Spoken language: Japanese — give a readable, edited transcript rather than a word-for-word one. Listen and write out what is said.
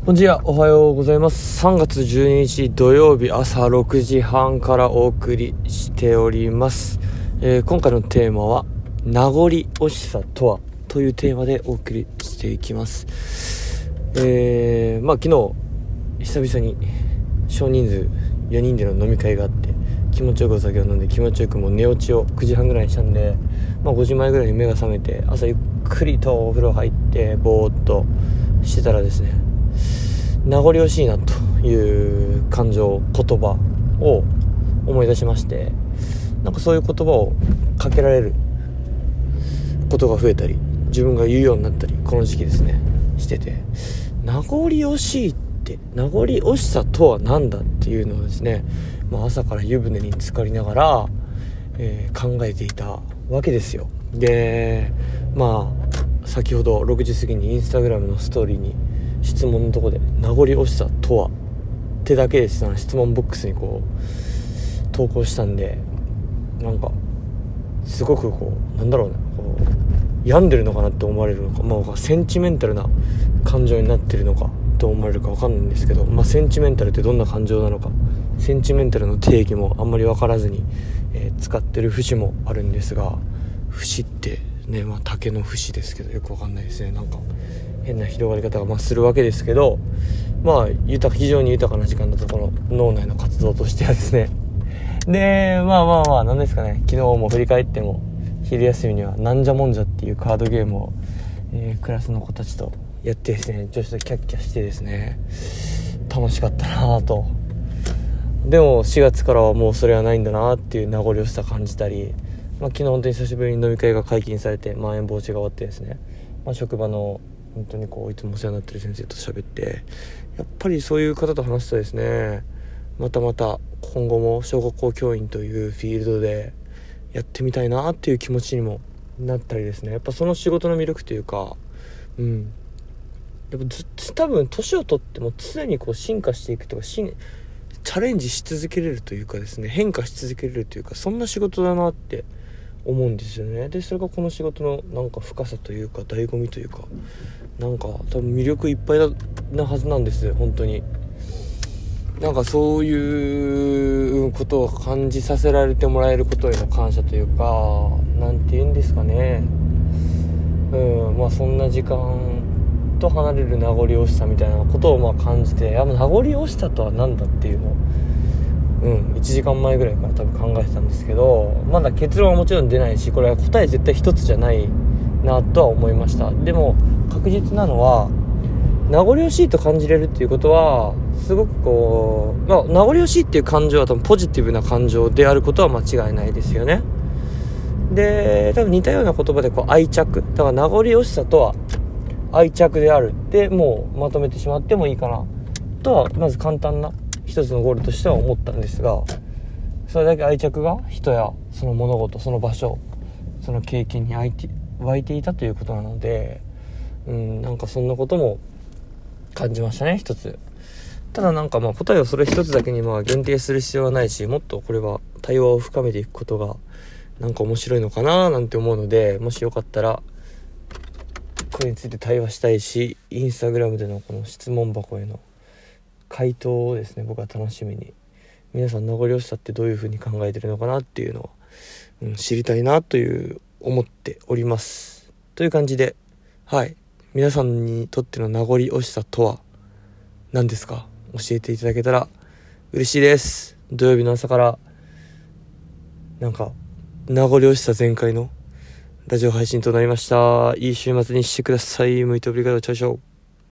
こんにちは、おはようございます。3月12日土曜日朝6時半からお送りしております。今回のテーマは名残惜しさとはというテーマでお送りしていきます。昨日久々に少人数4人での飲み会があって、気持ちよくお酒を飲んで気持ちよくもう寝落ちを9時半ぐらいにしたんで、5時前ぐらいに目が覚めて、朝ゆっくりとお風呂入ってぼーっとしてたらですね、名残惜しいなという感情、言葉を思い出しまして、そういう言葉をかけられることが増えたり、自分が言うようになったり、この時期ですねしてて、名残惜しいって名残惜しさとは何だっていうのをですね、朝から湯船に浸かりながら、考えていたわけですよ。で先ほど6時過ぎにインスタグラムのストーリーに質問のとこで名残惜しさとはってだけで質問ボックスに投稿したんで、すごく病んでるのかなって思われるのか、センチメンタルな感情になってるのかと思われるか分かんないんですけど、センチメンタルってどんな感情なのか、センチメンタルの定義もあんまり分からずに、使ってる節もあるんですが、節ってね、竹の節ですけどよく分かんないですね。変な広がり方がするわけですけど、非常に豊かな時間だとこの脳内の活動としてはですね。でなんですかね、昨日も振り返っても昼休みにはなんじゃもんじゃっていうカードゲームを、クラスの子たちとやってですね、女子とキャッキャしてですね、楽しかったなと。でも4月からはもうそれはないんだなっていう名残惜しさ感じたり、昨日本当に久しぶりに飲み会が解禁されて、まん延防止が終わってですね、職場の本当にいつもお世話になってる先生と喋って、やっぱりそういう方と話すとですね、また今後も小学校教員というフィールドでやってみたいなっていう気持ちにもなったりですね、やっぱその仕事の魅力というか、やっぱ多分年を取っても常に進化していくとか、チャレンジし続けれるというかですね、変化し続けれるというか、そんな仕事だなって思うんですよね。でそれがこの仕事の深さというか醍醐味というか、多分魅力いっぱいなはずなんです。本当にそういうことを感じさせられてもらえることへの感謝というか、なんて言うんですかね、そんな時間と離れる名残惜しさみたいなことを感じて、名残惜しさとは何だっていうのを1時間前ぐらいから多分考えてたんですけど、まだ結論はもちろん出ないし、これは答え絶対一つじゃないなとは思いました。でも確実なのは、名残惜しいと感じれるっていうことはすごく名残惜しいっていう感情は多分ポジティブな感情であることは間違いないですよね。で多分似たような言葉で愛着、だから名残惜しさとは愛着であるってもうまとめてしまってもいいかなとは、まず簡単な一つのゴールとしては思ったんですが、それだけ愛着が人やその物事、その場所、その経験に湧いていたということなので、そんなことも感じましたね。一つただ答えをそれ一つだけに限定する必要はないし、もっとこれは対話を深めていくことが面白いのかななんて思うので、もしよかったらこれについて対話したいし、インスタグラムでのこの質問箱への回答をですね、僕は楽しみに、皆さん名残惜しさってどういう風に考えてるのかなっていうのを、知りたいなという思っておりますという感じで、皆さんにとっての名残惜しさとは何ですか、教えていただけたら嬉しいです。土曜日の朝から名残惜しさ全開のラジオ配信となりました。いい週末にしてください。向いておりがとう。チャオチャオ。